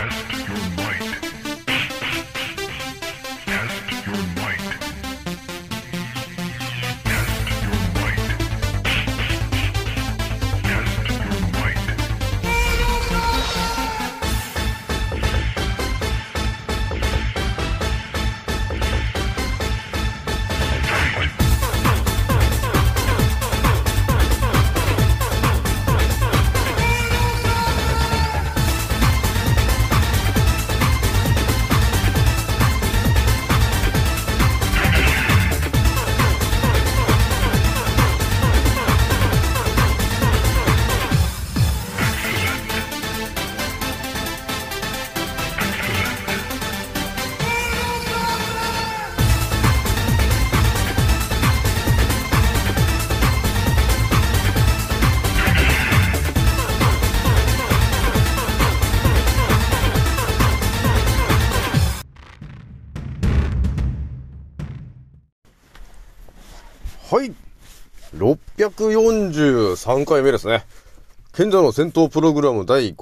はい。643回目ですね。賢者の戦闘プログラム第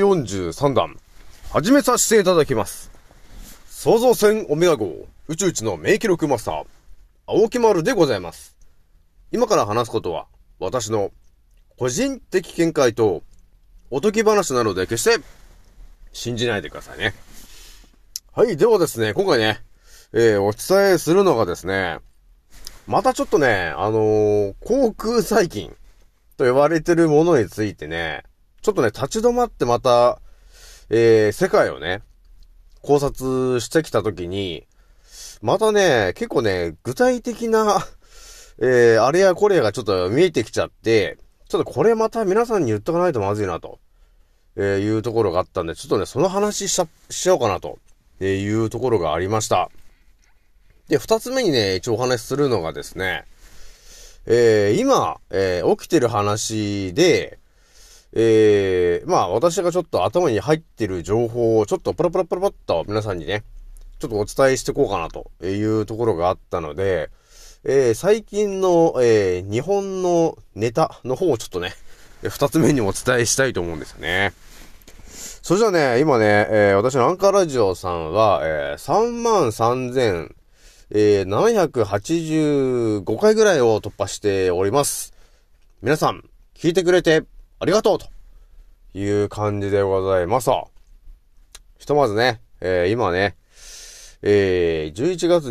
543弾。始めさせていただきます。創造船オメガ号宇宙一の名記録マスター、青木丸でございます。今から話すことは、私の個人的見解とおとぎ話なので決して信じないでくださいね。はい。ではですね、今回ね、お伝えするのがですね、またちょっとね、航空細菌と呼ばれてるものについてね、ちょっとね、立ち止まってまた、世界をね、考察してきたときに、またね、結構ね、具体的な、あれやこれやがちょっと見えてきちゃって、ちょっとこれまた皆さんに言っとかないとまずいなと、いうところがあったんで、ちょっとね、その話しようかなと、いうところがありました。で、二つ目にね、一応お話しするのがですね、今、起きてる話で、まあ私がちょっと頭に入ってる情報をちょっとプラッと皆さんにね、ちょっとお伝えしていこうかなというところがあったので、最近の、日本のネタの方をちょっとね、二つ目にお伝えしたいと思うんですよね。それじゃあね、今ね、私のアンカーラジオさんは、33,785回ぐらいを突破しております。皆さん、聞いてくれてありがとうという感じでございます。ひとまずね、今ね、11月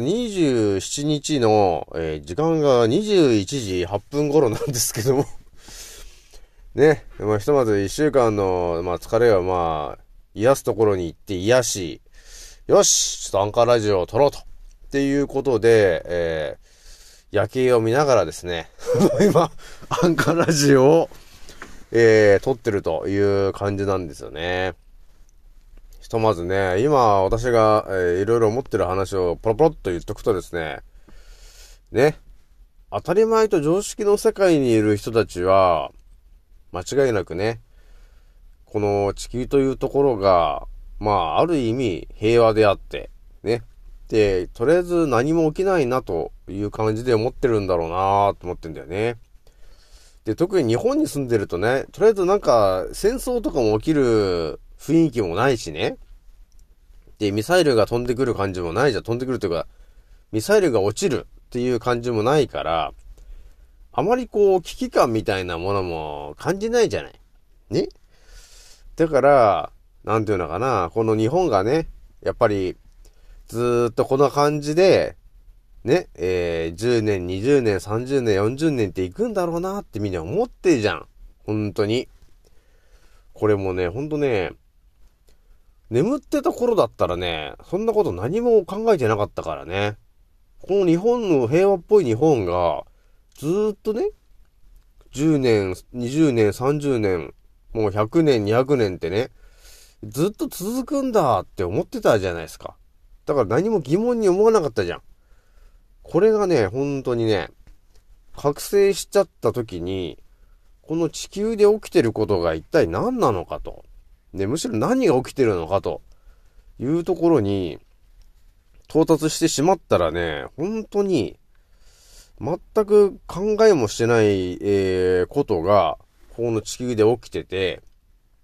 27日の、時間が21時8分頃なんですけども、ね、まあ、ひとまず1週間の、まあ、疲れはまあ、癒すところに行って癒し、よし、ちょっとアンカーラジオを撮ろうと。っていうことで、夜景を見ながらですね、今、アンカーラジオを、撮ってるという感じなんですよね。ひとまずね、今私が、いろいろ思ってる話をポロポロっと言っとくとですね、ね、当たり前と常識の世界にいる人たちは、間違いなくね、この地球というところが、まあ、ある意味平和であって、ね、で、とりあえず何も起きないなという感じで思ってるんだろうなと思ってんだよね。で、特に日本に住んでるとね、とりあえずなんか戦争とかも起きる雰囲気もないしね。で、ミサイルが飛んでくる感じもないじゃん。飛んでくるというか、ミサイルが落ちるっていう感じもないから、あまりこう危機感みたいなものも感じないじゃない。ね。だから、なんていうのかな、この日本がね、やっぱり、ずーっとこんな感じで、ね、10年、20年、30年、40年って行くんだろうなってみんな思ってるじゃん。本当に。これもね、ほんとね、眠ってた頃だったらね、そんなこと何も考えてなかったからね。この日本の平和っぽい日本が、ずーっとね、10年、20年、30年、もう100年、200年ってね、ずっと続くんだって思ってたじゃないですか。だから何も疑問に思わなかったじゃん。これがね、本当にね、覚醒しちゃった時に、この地球で起きてることが一体何なのかと。ね、むしろ何が起きてるのかというところに到達してしまったらね、本当に全く考えもしてない、ことが、この地球で起きてて、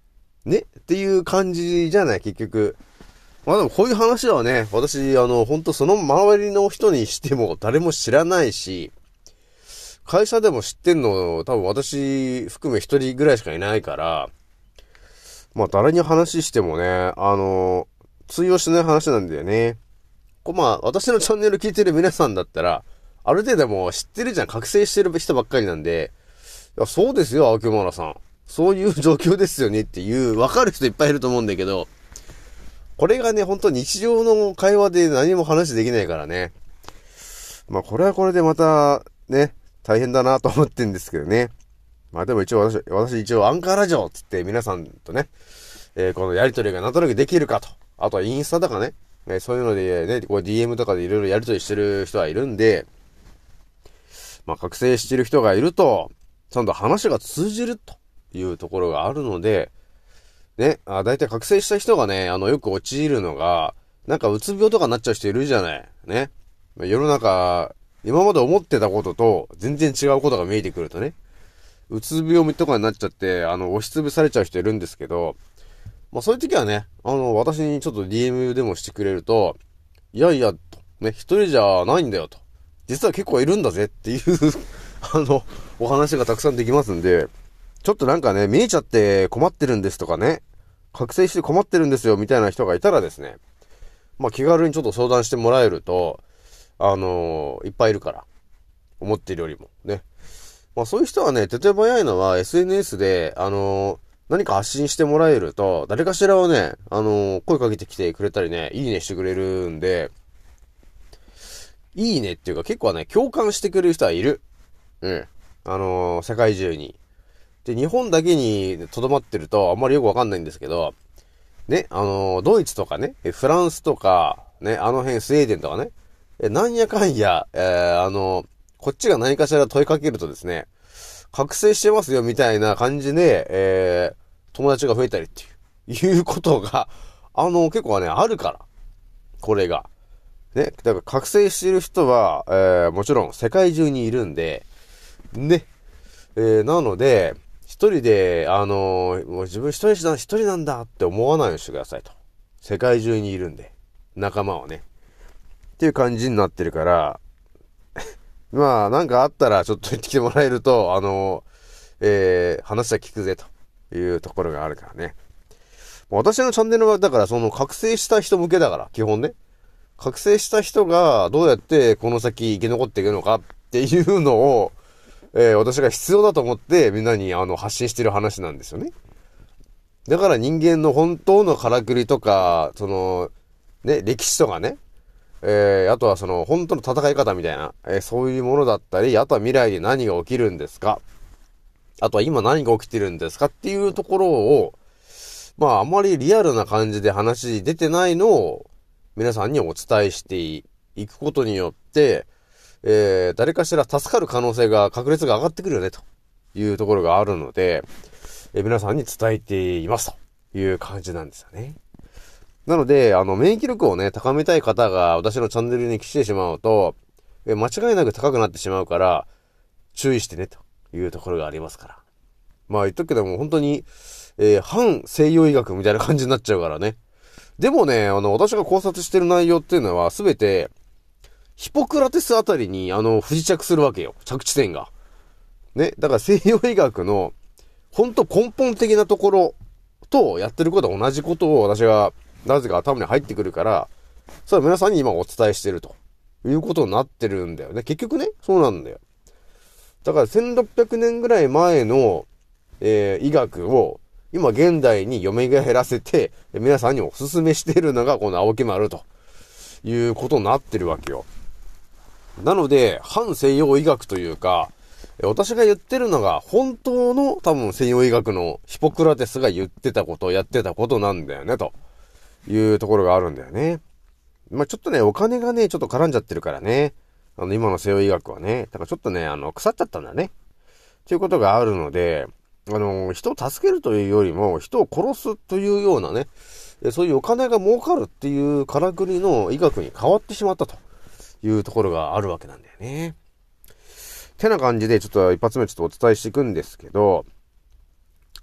ねっていう感じじゃない、結局。まあでもこういう話はね、私、ほんとその周りの人にしても誰も知らないし、会社でも知ってんの多分私含め一人ぐらいしかいないから、まあ誰に話してもね、通用しない話なんだよね。まあ私のチャンネル聞いてる皆さんだったら、ある程度もう知ってるじゃん、覚醒してる人ばっかりなんで、いやそうですよ、青木マラさん。そういう状況ですよねっていう、わかる人いっぱいいると思うんだけど、これがね、本当に日常の会話で何も話できないからね。まあこれはこれでまた、ね、大変だなと思ってんですけどね。まあでも一応私一応アンカーラジオつって皆さんとね、このやりとりがなんとなくできるかと。あとはインスタとかね、そういうのでね、こう DM とかでいろいろやりとりしてる人はいるんで、まあ覚醒してる人がいると、ちゃんと話が通じるというところがあるので、ね、だいたい覚醒した人がね、よく陥るのが、なんかうつ病とかになっちゃう人いるじゃない。ね。世の中、今まで思ってたことと全然違うことが見えてくるとね、うつ病とかになっちゃって、押しつぶされちゃう人いるんですけど、まあそういう時はね、私にちょっと DM でもしてくれると、いやいや、と、ね、一人じゃないんだよと。実は結構いるんだぜっていうお話がたくさんできますんで、ちょっとなんかね、見えちゃって困ってるんですとかね、覚醒して困ってるんですよみたいな人がいたらですね、まあ気軽にちょっと相談してもらえると、いっぱいいるから。思ってるよりも。ね。まあそういう人はね、手っ取り早いのは SNS で、何か発信してもらえると、誰かしらはね、声かけてきてくれたりね、いいねしてくれるんで、いいねっていうか結構ね、共感してくれる人はいる。うん。世界中に。で、日本だけに留まってるとあんまりよくわかんないんですけど、ね、ドイツとかね、フランスとか、ね、辺スウェーデンとかね、なんやかんや、こっちが何かしら問いかけるとですね、覚醒してますよみたいな感じで、友達が増えたりっていうことが、結構ね、あるから。これが。ね、だから覚醒してる人は、もちろん世界中にいるんで、ね、なので、一人で、もう自分一人なんだって思わないようにしてくださいと。世界中にいるんで、仲間はね。っていう感じになってるから、まあ、なんかあったらちょっと言ってきてもらえると、話は聞くぜというところがあるからね。私のチャンネルは、だからその覚醒した人向けだから、基本ね。覚醒した人がどうやってこの先生き残っていくのかっていうのを、私が必要だと思ってみんなに発信してる話なんですよね。だから人間の本当のからくりとか、その、ね、歴史とかね、あとはその本当の戦い方みたいな、そういうものだったり、あとは未来で何が起きるんですか、あとは今何が起きてるんですかっていうところを、まああまりリアルな感じで話出てないのを皆さんにお伝えしていくことによって、誰かしら助かる可能性が、確率が上がってくるよねというところがあるので、皆さんに伝えていますという感じなんですよね。なので、免疫力をね、高めたい方が私のチャンネルに来てしまうと、間違いなく高くなってしまうから、注意してね、というところがありますから。まあ言っとくけども、本当に、反西洋医学みたいな感じになっちゃうからね。でもね、私が考察してる内容っていうのは、すべて、ヒポクラテスあたりに、不時着するわけよ。着地点が。ね。だから西洋医学の、ほんと根本的なところとやってることは同じことを私が、なぜか頭に入ってくるから、それは皆さんに今お伝えしてるということになってるんだよね。結局ね、そうなんだよ。だから1600年ぐらい前の、医学を今現代に蘇らせて、皆さんにお勧めしているのがこの青木丸ということになってるわけよ。なので、反西洋医学というか、私が言ってるのが本当の多分西洋医学のヒポクラテスが言ってたこと、やってたことなんだよね、というところがあるんだよね。まあ、ちょっとね、お金がね、ちょっと絡んじゃってるからね。今の西洋医学はね。だからちょっとね、腐っちゃったんだね。っていうことがあるので、人を助けるというよりも、人を殺すというようなね、そういうお金が儲かるっていうからくりの医学に変わってしまったというところがあるわけなんだよね。てな感じで、ちょっと一発目ちょっとお伝えしていくんですけど、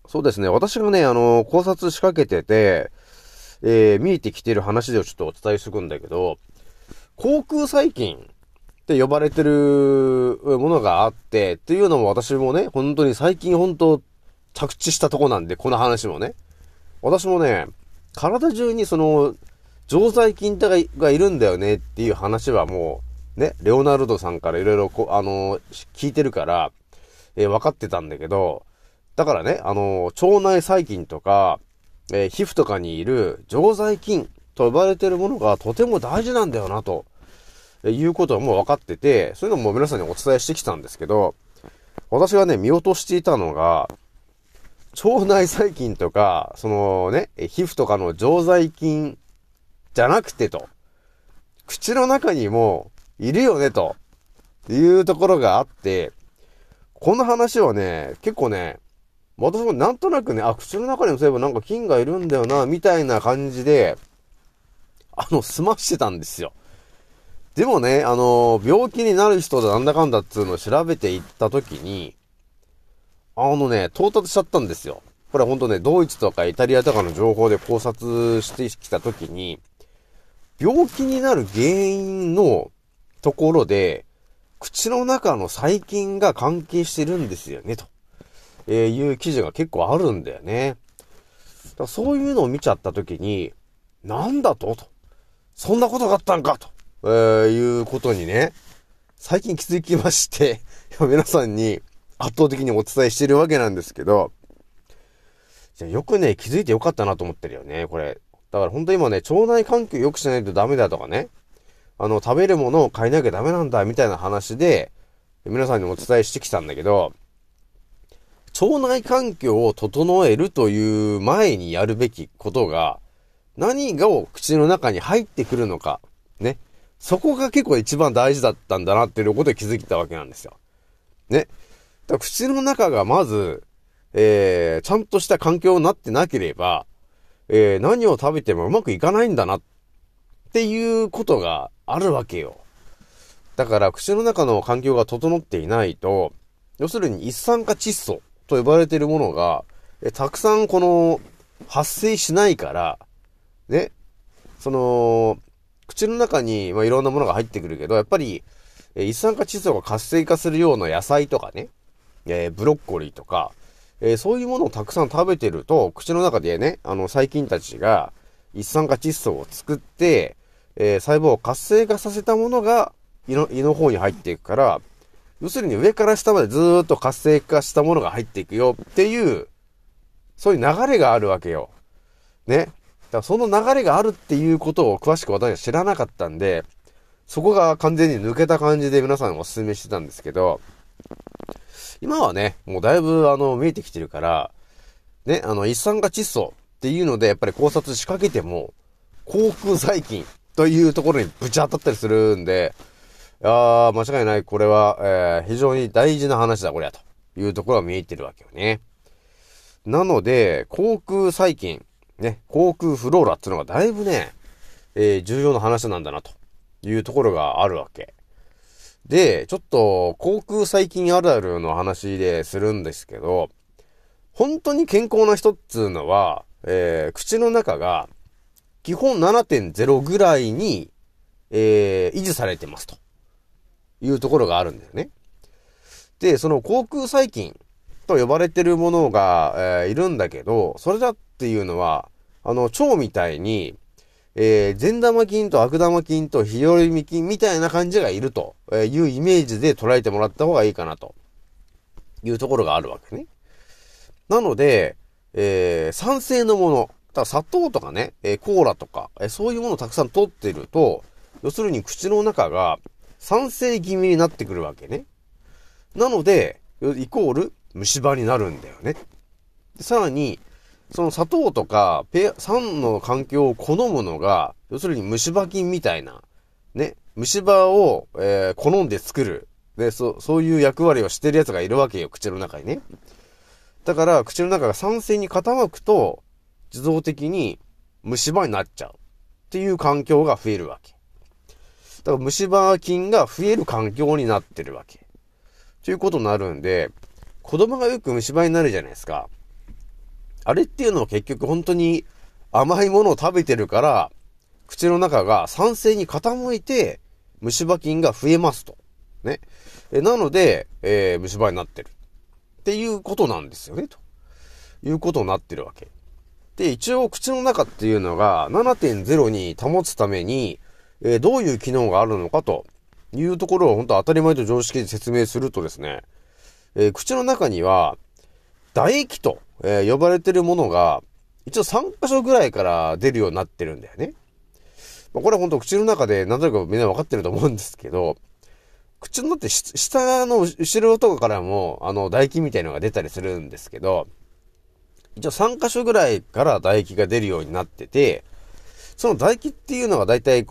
そうですね。私がね、考察仕掛けてて、見えてきてる話でちょっとお伝えしておくんだけど、口腔細菌って呼ばれてるものがあって、っていうのも私もね、本当に最近着地したとこなんで、この話もね。私もね、体中に常在菌がいるんだよねっていう話はもう、ね、レオナルドさんからいろいろ聞いてるから、分かってたんだけど、だからね、腸内細菌とか、皮膚とかにいる常在菌と呼ばれてるものがとても大事なんだよな、ということはもう分かってて、そういうのも皆さんにお伝えしてきたんですけど、私がね、見落としていたのが、腸内細菌とか、皮膚とかの常在菌じゃなくてと、口の中にもいるよね、というところがあって、この話はね、結構ね、私もなんとなくね、口の中にもそういえばなんか菌がいるんだよな、みたいな感じで、済ましてたんですよ。でもね、病気になる人だなんだかんだっつうのを調べていったときに、到達しちゃったんですよ。これほんとね、ドイツとかイタリアとかの情報で考察してきたときに、病気になる原因のところで、口の中の細菌が関係してるんですよね、と、いう記事が結構あるんだよね。だからそういうのを見ちゃったときに、なんだとそんなことがあったんかと、いうことにね、最近気づきまして、皆さんに圧倒的にお伝えしてるわけなんですけど、じゃあよくね、気づいてよかったなと思ってるよね、これ。だから本当今ね、腸内環境良くしないとダメだとかね、食べるものを変えなきゃダメなんだ、みたいな話で、皆さんにお伝えしてきたんだけど、腸内環境を整えるという前にやるべきことが、何が口の中に入ってくるのか、ね。そこが結構一番大事だったんだなっていうことで気づいたわけなんですよ。ね。だから口の中がまず、ちゃんとした環境になってなければ、何を食べてもうまくいかないんだなっていうことがあるわけよ。だから口の中の環境が整っていないと、要するに一酸化窒素と呼ばれているものが、たくさん発生しないから、ね、口の中に、いろんなものが入ってくるけど、やっぱり、一酸化窒素が活性化するような野菜とかね、ブロッコリーとか、そういうものをたくさん食べてると、口の中でね、細菌たちが一酸化窒素を作って、細胞を活性化させたものが胃の方に入っていくから、要するに上から下までずーっと活性化したものが入っていくよっていう、そういう流れがあるわけよ。ね。だからその流れがあるっていうことを詳しく私は知らなかったんで、そこが完全に抜けた感じで皆さんにお勧めしてたんですけど、今はね、もうだいぶ見えてきてるから、ね、一酸化窒素っていうのでやっぱり考察仕掛けても、口腔細菌というところにぶち当たったりするんで、間違いない、これは、非常に大事な話だ、これや、というところが見えてるわけよね。なので、口腔細菌、ね、口腔フローラっていうのがだいぶね、重要な話なんだな、というところがあるわけ。で、ちょっと、口腔細菌あるあるの話でするんですけど、本当に健康な人っつうのは、口の中が、基本 7.0 ぐらいに、維持されてますというところがあるんだよね。で、その口腔細菌と呼ばれてるものが、いるんだけど、それだっていうのは、腸みたいに、善玉菌と悪玉菌と日和見菌みたいな感じがいるというイメージで捉えてもらった方がいいかなというところがあるわけね。なので、酸性のもの、だから砂糖とかね、コーラとか、そういうものをたくさん取ってると、要するに口の中が酸性気味になってくるわけね。なので、イコール虫歯になるんだよね。でさらに、その砂糖とか酸の環境を好むのが、要するに虫歯菌みたいな、ね、虫歯を、好んで作る。で、そういう役割をしてるやつがいるわけよ、口の中にね。だから、口の中が酸性に傾くと、自動的に虫歯になっちゃう。っていう環境が増えるわけ。だから虫歯菌が増える環境になってるわけ。ということになるんで、子供がよく虫歯になるじゃないですか。 あれっていうのは結局本当に甘いものを食べてるから、口の中が酸性に傾いて、虫歯菌が増えますと。ね。なので、虫歯になってる。っていうことなんですよね、ということになってるわけ。で、一応口の中っていうのが 7.0 に保つために、どういう機能があるのかというところを本当当たり前と常識で説明するとですね、口の中には唾液と、呼ばれてるものが一応3箇所ぐらいから出るようになってるんだよね。これは本当口の中でなんとなくみんな分かってると思うんですけど、口の中って下の後ろとかからも唾液みたいなのが出たりするんですけど、一応3箇所ぐらいから唾液が出るようになってて、その唾液っていうのがだいたい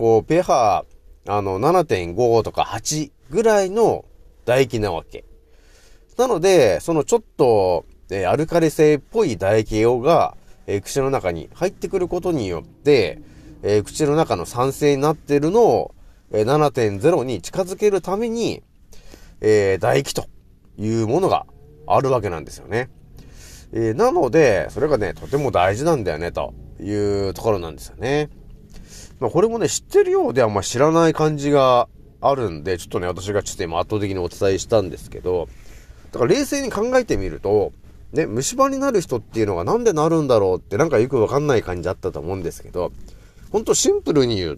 pH、7.5 とか8ぐらいの唾液なわけ。なので、そのちょっと、アルカリ性っぽい唾液が、口の中に入ってくることによって、口の中の酸性になっているのを、7.0 に近づけるために、唾液というものがあるわけなんですよね。なので、それがね、とても大事なんだよね、というところなんですよね。これもね、知ってるようであんま知らない感じがあるんで、ちょっとね、私がちょっと今圧倒的にお伝えしたんですけど、だから冷静に考えてみると、ね、虫歯になる人っていうのがなんでなるんだろうってなんかよくわかんない感じあったと思うんですけど、ほんとシンプルに言って、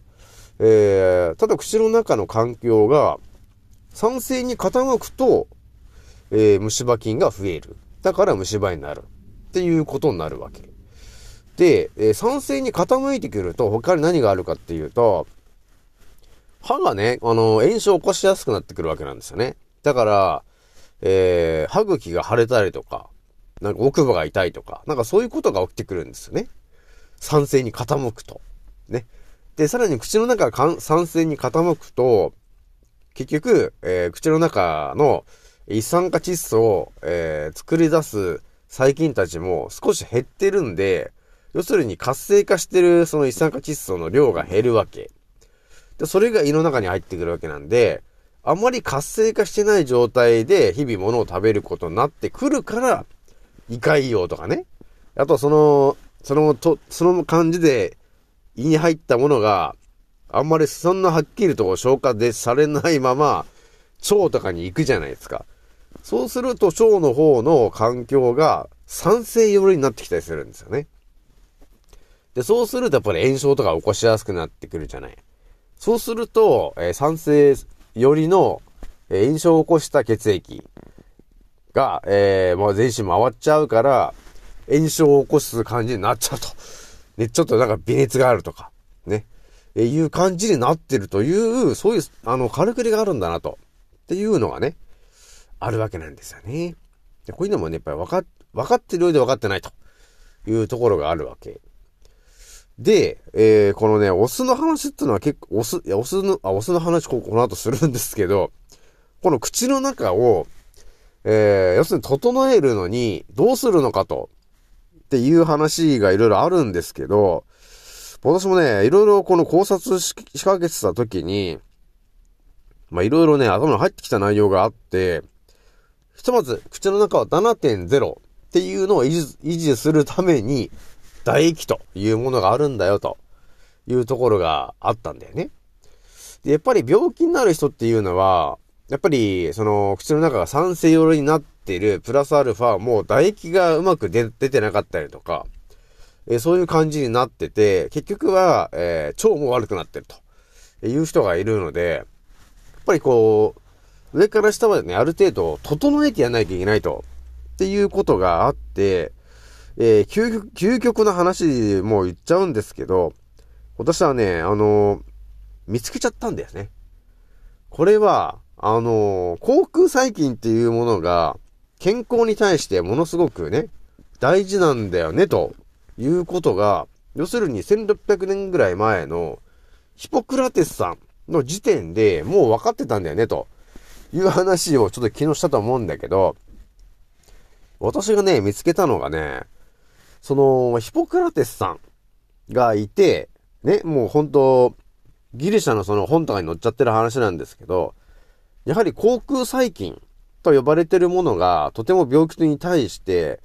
ただ口の中の環境が酸性に傾くと、虫歯菌が増える。だから虫歯になる。っていうことになるわけ。で、酸性に傾いてくると他に何があるかっていうと、歯がね、炎症を起こしやすくなってくるわけなんですよね。だから、歯茎が腫れたりとか、なんか奥歯が痛いとか、なんかそういうことが起きてくるんですよね。酸性に傾くと。ね。で、さらに口の中が酸性に傾くと、結局、口の中の一酸化窒素を、作り出す細菌たちも少し減ってるんで、要するに活性化してるその一酸化窒素の量が減るわけ。で、それが胃の中に入ってくるわけなんで、あんまり活性化してない状態で日々物を食べることになってくるから、胃潰瘍とかね。あとその感じで胃に入ったものがあんまりそんなはっきりと消化されないまま腸とかに行くじゃないですか。そうすると腸の方の環境が酸性寄りになってきたりするんですよね。で、そうするとやっぱり炎症とか起こしやすくなってくるじゃない。そうすると、酸性寄りの炎症を起こした血液が、もう全身回っちゃうから、炎症を起こす感じになっちゃうと。ね、ちょっとなんか微熱があるとか、ね。いう感じになってるという、そういう、カルクリがあるんだなと。っていうのがね、あるわけなんですよね。でこういうのもね、やっぱり分かってるようで分かってないというところがあるわけ。で、このね、オスの話っていうのは結構、オスの話この後するんですけど、この口の中を、要するに整えるのにどうするのかと、っていう話がいろいろあるんですけど、私もね、いろいろこの考察しかけてた時に、いろいろね、頭に入ってきた内容があって、ひとまず、口の中は 7.0 っていうのを維持するために、唾液というものがあるんだよというところがあったんだよね。で、やっぱり病気になる人っていうのは、やっぱりその口の中が酸性寄りになっているプラスアルファもう唾液がうまく出てなかったりとか、そういう感じになってて、結局は、腸も悪くなってるという人がいるので、やっぱりこう上から下までねある程度整えてやらなきゃいけないとっていうことがあって、究極の話も言っちゃうんですけど、私はね、見つけちゃったんだよね。これは、口腔細菌っていうものが、健康に対してものすごくね、大事なんだよね、ということが、要するに1600年ぐらい前の、ヒポクラテスさんの時点でもう分かってたんだよね、という話をちょっと昨日したと思うんだけど、私がね、見つけたのがね、その、ヒポクラテスさんがいて、ね、もう本当ギリシャのその本とかに載っちゃってる話なんですけど、やはり口腔細菌と呼ばれてるものがとても病気に対して、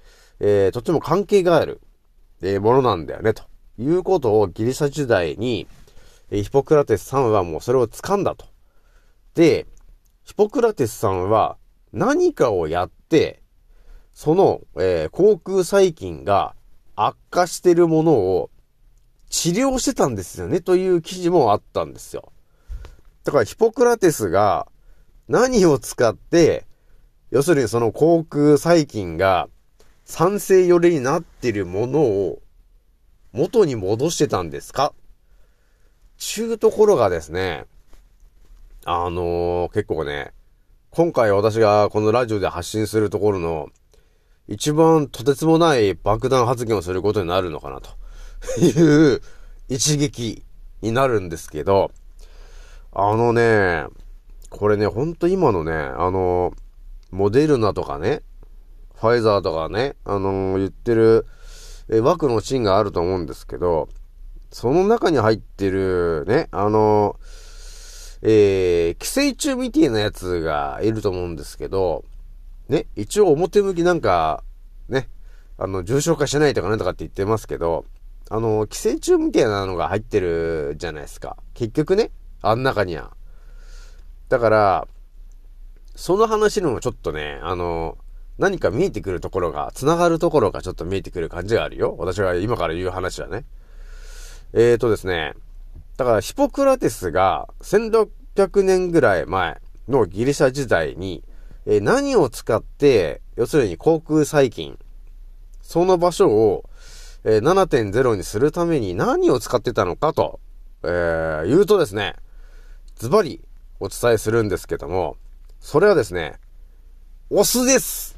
とっても関係がある、ものなんだよね、ということをギリシャ時代に、ヒポクラテスさんはもうそれを掴んだと。で、ヒポクラテスさんは何かをやって、その、口腔細菌が悪化してるものを治療してたんですよね、という記事もあったんですよ。だからヒポクラテスが何を使って、要するにその口腔細菌が酸性寄りになっているものを元に戻してたんですか？ちゅうところがですね、結構ね、今回私がこのラジオで発信するところの一番とてつもない爆弾発言をすることになるのかなという一撃になるんですけど、これね、ほんと今のね、モデルナとかね、ファイザーとかね、言ってる、枠のシーンがあると思うんですけど、その中に入ってるね、寄生虫みたいなやつがいると思うんですけど、ね、一応表向きなんか、ね、重症化しないとかねとかって言ってますけど、寄生虫みたいなのが入ってるじゃないですか。結局ね、あん中には。だから、その話にもちょっとね、何か見えてくるところが、繋がるところがちょっと見えてくる感じがあるよ。私が今から言う話はね。ですね、だからヒポクラテスが1600年ぐらい前のギリシャ時代に、何を使って、要するに口腔細菌、その場所を、7.0 にするために何を使ってたのかと、言うとですね、ズバリお伝えするんですけども、それはですね、お酢です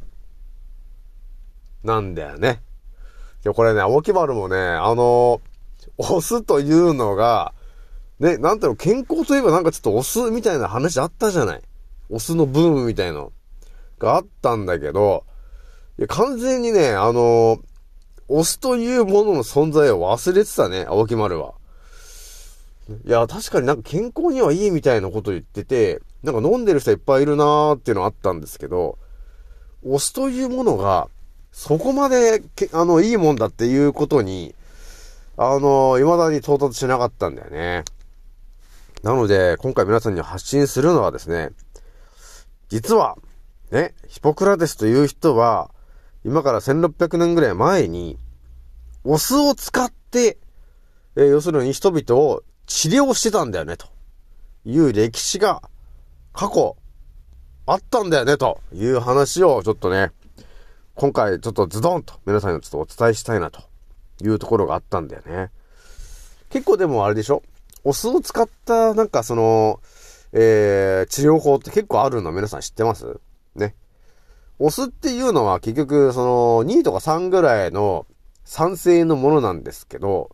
なんだよね。でこれね、青木丸もね、お酢というのが、ね、なんていうの、健康といえばなんかちょっとお酢みたいな話あったじゃない。お酢のブームみたいのがあったんだけど、いや完全にね、お酢というものの存在を忘れてたね、青木丸は。いや、確かになんか健康にはいいみたいなこと言ってて、なんか飲んでる人いっぱいいるなーっていうのあったんですけど、お酢というものが、そこまで、いいもんだっていうことに、未だに到達しなかったんだよね。なので、今回皆さんに発信するのはですね、実は、ね、ヒポクラテスという人は、今から1600年ぐらい前に、お酢を使って、要するに人々を治療してたんだよね、という歴史が過去あったんだよね、という話をちょっとね、今回ちょっとズドンと皆さんにちょっとお伝えしたいなというところがあったんだよね。結構でもあれでしょ？お酢を使ったなんかその、治療法って結構あるの皆さん知ってますね。お酢っていうのは結局その2とか3ぐらいの酸性のものなんですけど、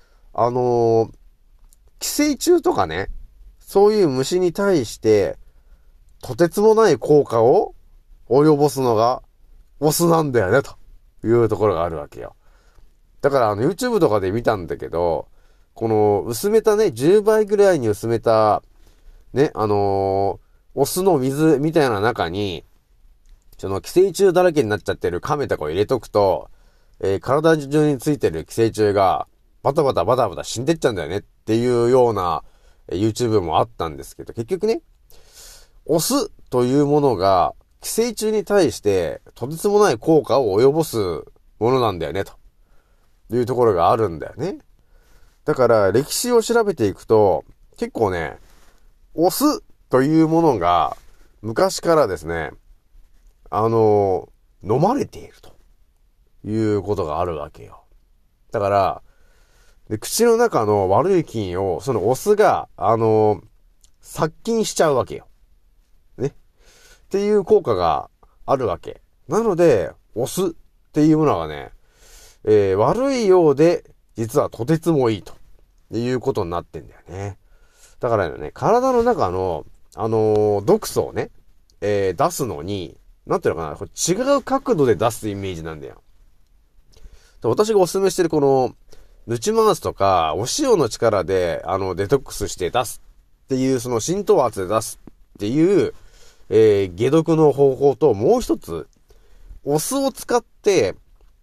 寄生虫とかね、そういう虫に対してとてつもない効果を及ぼすのがお酢なんだよね、というところがあるわけよ。だからYouTube とかで見たんだけど、この薄めたね、10倍ぐらいに薄めた、ね、お酢の水みたいな中に、その寄生虫だらけになっちゃってる亀とかを入れとくと、体中についてる寄生虫がバタバタ死んでっちゃうんだよねっていうような YouTube もあったんですけど、結局ね、お酢というものが寄生虫に対してとてつもない効果を及ぼすものなんだよねというところがあるんだよね。だから歴史を調べていくと結構ね、お酢というものが昔からですね、飲まれているということがあるわけよ。だから、で口の中の悪い菌をそのお酢が、殺菌しちゃうわけよ。ね。っていう効果があるわけ。なので、お酢っていうものがね、悪いようで、実はとてつもいいということになってんだよね。だからね、体の中の、毒素をね、出すのに、なんていうのかな、違う角度で出すイメージなんだよ。私がお勧めしてるこの、ヌチマースとか、お塩の力で、デトックスして出すっていう、その浸透圧で出すっていう、解毒の方法と、もう一つ、お酢を使って、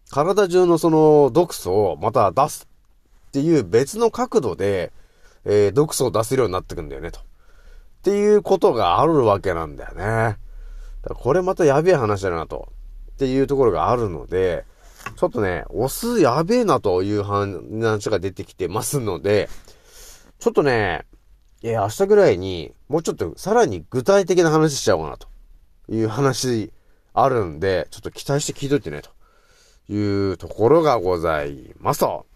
体中のその毒素をまた出すっていう別の角度で、毒素を出せるようになってくんだよね、と。っていうことがあるわけなんだよね。だからこれまたやべえ話だなと。っていうところがあるので、ちょっとね、オスやべえなという話が出てきてますので、ちょっとね、明日ぐらいにもうちょっとさらに具体的な話しちゃおうかなという話あるんで、ちょっと期待して聞いといてね、というところがございますと。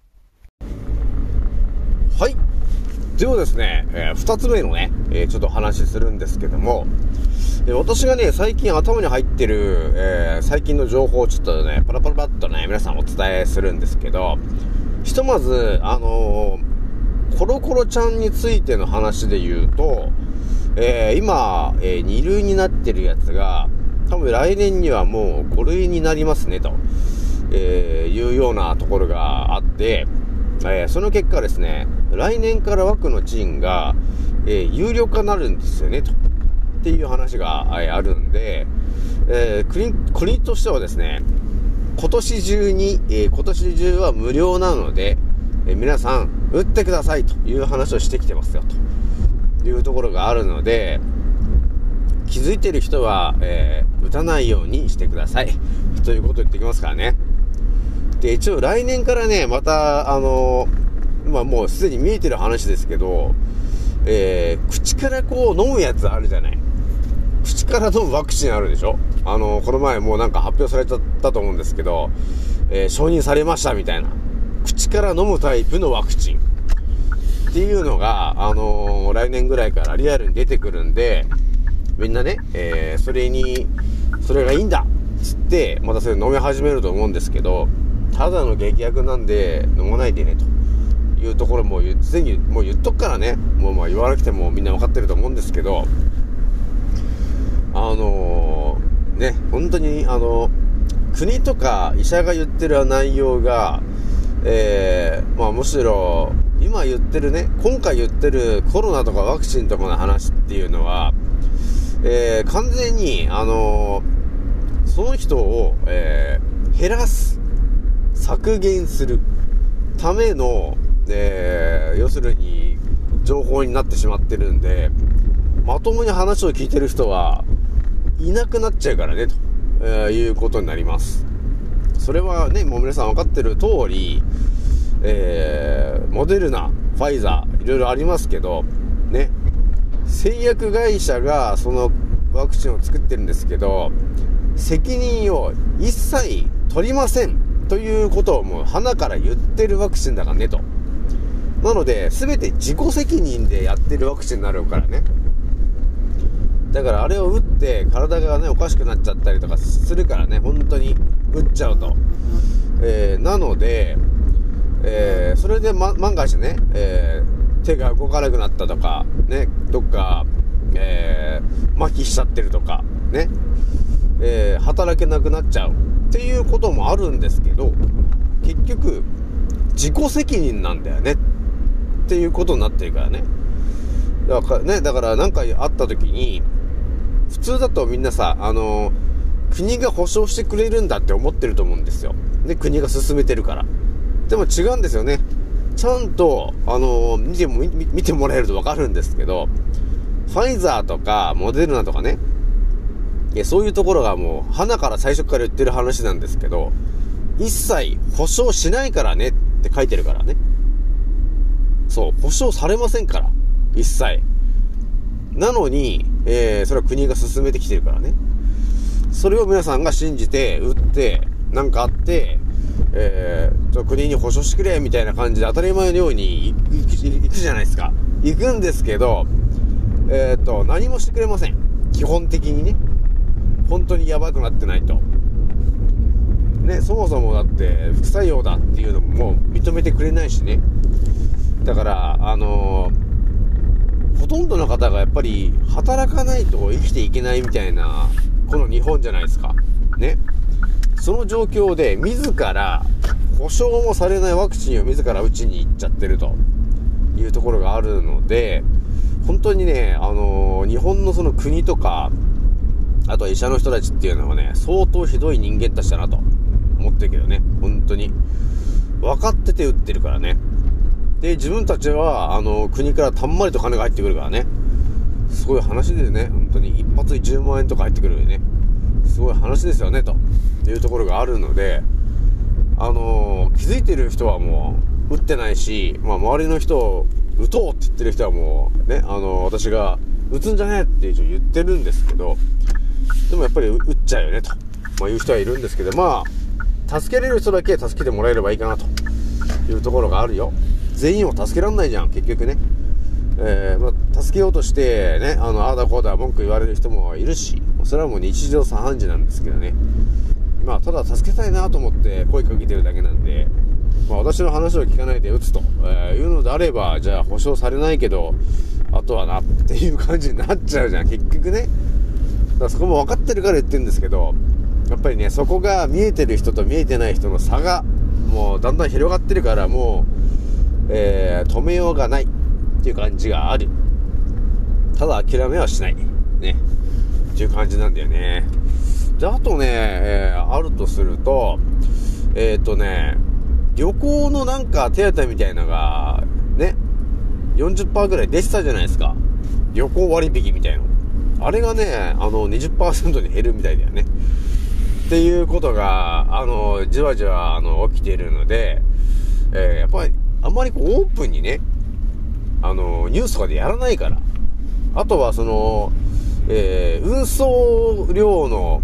はい。ではですね、二つ目のね、ちょっと話するんですけども、私がね、最近頭に入ってる、最近の情報をちょっとね、パラパラっとね、皆さんお伝えするんですけど、ひとまず、コロコロちゃんについての話で言うと、今、2類になってるやつが、多分来年にはもう5類になりますね、と、いうようなところがあって、その結果ですね、来年からワクチンが、有料化になるんですよね、っていう話が、あるんで、国としてはですね、今年中は無料なので、皆さん打ってくださいという話をしてきてますよというところがあるので、気づいてる人は、打たないようにしてくださいということを言ってきますからね。で、一応来年からね、またもうすでに見えてる話ですけど、口からこう飲むやつあるじゃない。口から飲むワクチンあるでしょ。この前もうなんか発表されちゃったと思うんですけど、承認されましたみたいな。口から飲むタイプのワクチンっていうのが、来年ぐらいからリアルに出てくるんで、みんなね、それがいいんだっつって、またそれ飲み始めると思うんですけど、ただの劇薬なんで飲まないでねというところもすでにもう言っとくからね、もう言わなくてもみんな分かってると思うんですけど、ね、本当に国とか医者が言ってる内容が、むしろ今回言ってるコロナとかワクチンとかの話っていうのは、完全にその人を、減らす、削減するための、要するに情報になってしまってるんで、まともに話を聞いてる人はいなくなっちゃうからねと、いうことになります。それはね、もう皆さん分かってる通り、モデルナ、ファイザーいろいろありますけどね、製薬会社がそのワクチンを作ってるんですけど、責任を一切取りませんということをもう鼻から言ってるワクチンだからねと。なので全て自己責任でやってるワクチンになるからね。だからあれを打って体がねおかしくなっちゃったりとかするからね、本当に打っちゃうと、なので、それで、万が一ね、手が動かなくなったとかね、どっか、麻痺しちゃってるとかね、働けなくなっちゃうっていうこともあるんですけど、結局自己責任なんだよねっていうことになってるからね。だから何かあった時に、普通だとみんなさ、国が保証してくれるんだって思ってると思うんですよ。で、国が進めてるから。でも違うんですよね。ちゃんと見てもらえると分かるんですけど、ファイザーとかモデルナとかね、そういうところがもう鼻から最初から言ってる話なんですけど、一切保証しないからねって書いてるからね。そう、保証されませんから、一切。なのに、それは国が進めてきてるからね。それを皆さんが信じて打ってなんかあって、国に保証してくれみたいな感じで当たり前のように行くじゃないですか。行くんですけど、何もしてくれません。基本的にね、本当にやばくなってないとね、そもそもだって副作用だっていうのももう認めてくれないしね。だからほとんどの方がやっぱり働かないと生きていけないみたいなこの日本じゃないですかね。その状況で自ら保証もされないワクチンを自ら打ちに行っちゃってるというところがあるので、本当にね、日本のその国とかあと医者の人たちっていうのはね、相当ひどい人間たちだなと思ってるけどね、本当に分かってて売ってるからね。で自分たちは国からたんまりと金が入ってくるからね、すごい話ですね。本当に一発10万円とか入ってくるよね。すごい話ですよねというところがあるので、気づいてる人はもう打ってないし、周りの人を打とうって言ってる人はもうね、私が打つんじゃねえって一応言ってるんですけど、でもやっぱり打っちゃうよねと、いう人はいるんですけど、助けれる人だけ助けてもらえればいいかなというところがあるよ。全員を助けらんないじゃん結局ね。助けようとしてね、ああだこうだ文句言われる人もいるし、それはもう日常茶飯事なんですけどね。ただ助けたいなと思って声かけてるだけなんで、私の話を聞かないで打つと、いうのであれば、じゃあ保証されないけどあとはなっていう感じになっちゃうじゃん結局ね。だからそこも分かってるから言ってるんですけど、やっぱりね、そこが見えてる人と見えてない人の差がもうだんだん広がってるから、もう、止めようがないっていう感じがある。ただ諦めはしないねっていう感じなんだよね。であとね、あるとすると旅行のなんか手当みたいなのがね 40% ぐらい出てたじゃないですか。旅行割引みたいな、あれがね20% に減るみたいだよねっていうことがじわじわ起きているので、やっぱりあんまりオープンにねニュースとかでやらないから。あとは運送料の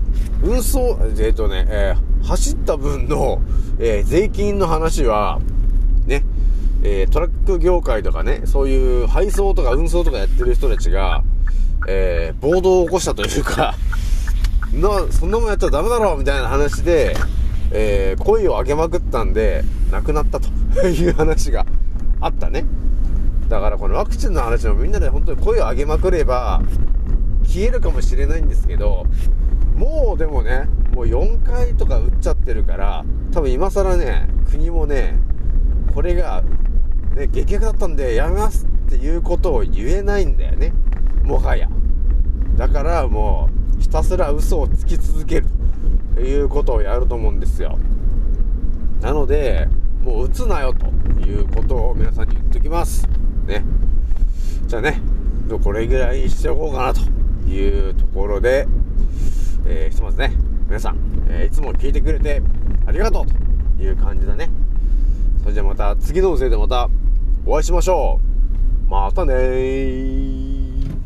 走った分の、税金の話はね、トラック業界とかね、そういう配送とか運送とかやってる人たちが、暴動を起こしたというかそんなもんやっちゃダメだろみたいな話で、声を上げまくったんで亡くなったという話があったね。だからこのワクチンの話もみんなで本当に声を上げまくれば消えるかもしれないんですけど、もうでもね、もう4回とか打っちゃってるから、多分今更ね、国もね、これが、ね、激薬だったんでやめますっていうことを言えないんだよね、もはや。だからもうひたすら嘘をつき続けるということをやると思うんですよ。なのでもう打つなよということを皆さんに言っておきますね。じゃあね、これぐらいにしておこうかなというところで、ひとまずね、皆さん、いつも聞いてくれてありがとうという感じだね。それじゃあまた次の音声でまたお会いしましょう。またねー。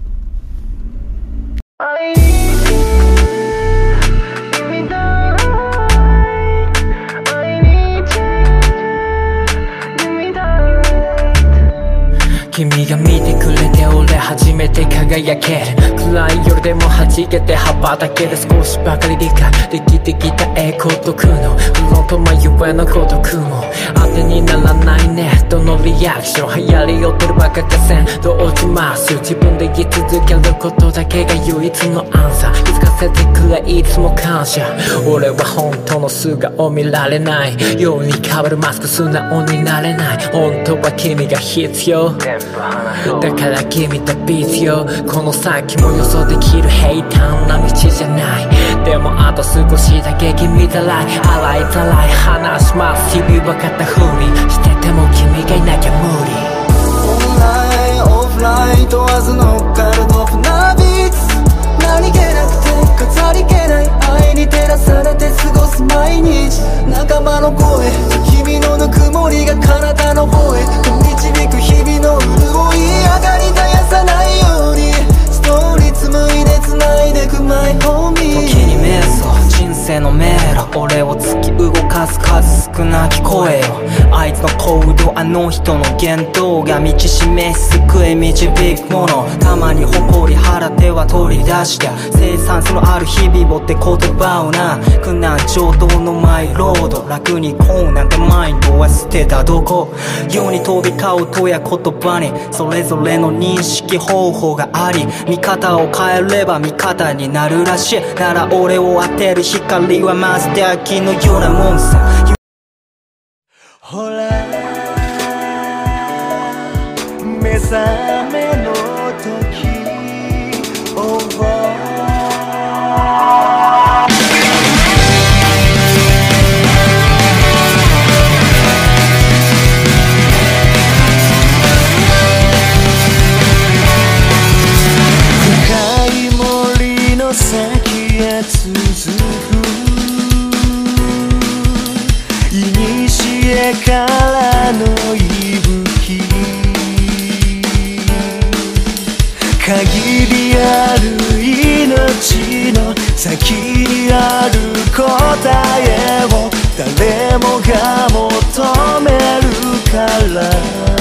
君が見てくれて俺初めて輝ける。暗い夜でも弾けて羽ばたける。少しばかり理解できてきた孤独のフロント迷えの孤独も当てにならないね。どのリアクション流行り寄ってるバカ合戦どう落ちます自分で言い続けることだけが唯一のアンサー。気づかせてくれいつも感謝。俺は本当の素顔見られないように変わるマスク素直になれない。本当は君が必要だから君と必要。この先も予想できる平坦な道じゃない。でもあと少しだけ君たらい洗いざらい話します。日々分かったふりしてても君がいなきゃ無理。 オンラインオフライン問わず乗っかるドフなビーツ。何気なくて飾り気ない愛に照らされて過ごす毎日。仲間の声君のぬくもりが体の方へ導く日々の潤い。上がり絶やさないようにストーリー紡いで繋いでくマイホーミー。時に瞑想人生の迷路俺を突き動かす数少なき声よ。あいつの行動あの人の言動が道示し救い導くもの。たまに誇り腹手は取り出した生産性のある日々をって言葉をな。苦難上等のマイロード楽にこうなんてマインドは捨てたどこ。世に飛び交うとや言葉にそれぞれの認識方法があり見方を変えれば味方になるらしい。なら俺を当てる光はまずで秋のようなもんさ。ほら目覚めの時へ続く古からの息吹限りある命の先にある答えを誰もが求めるから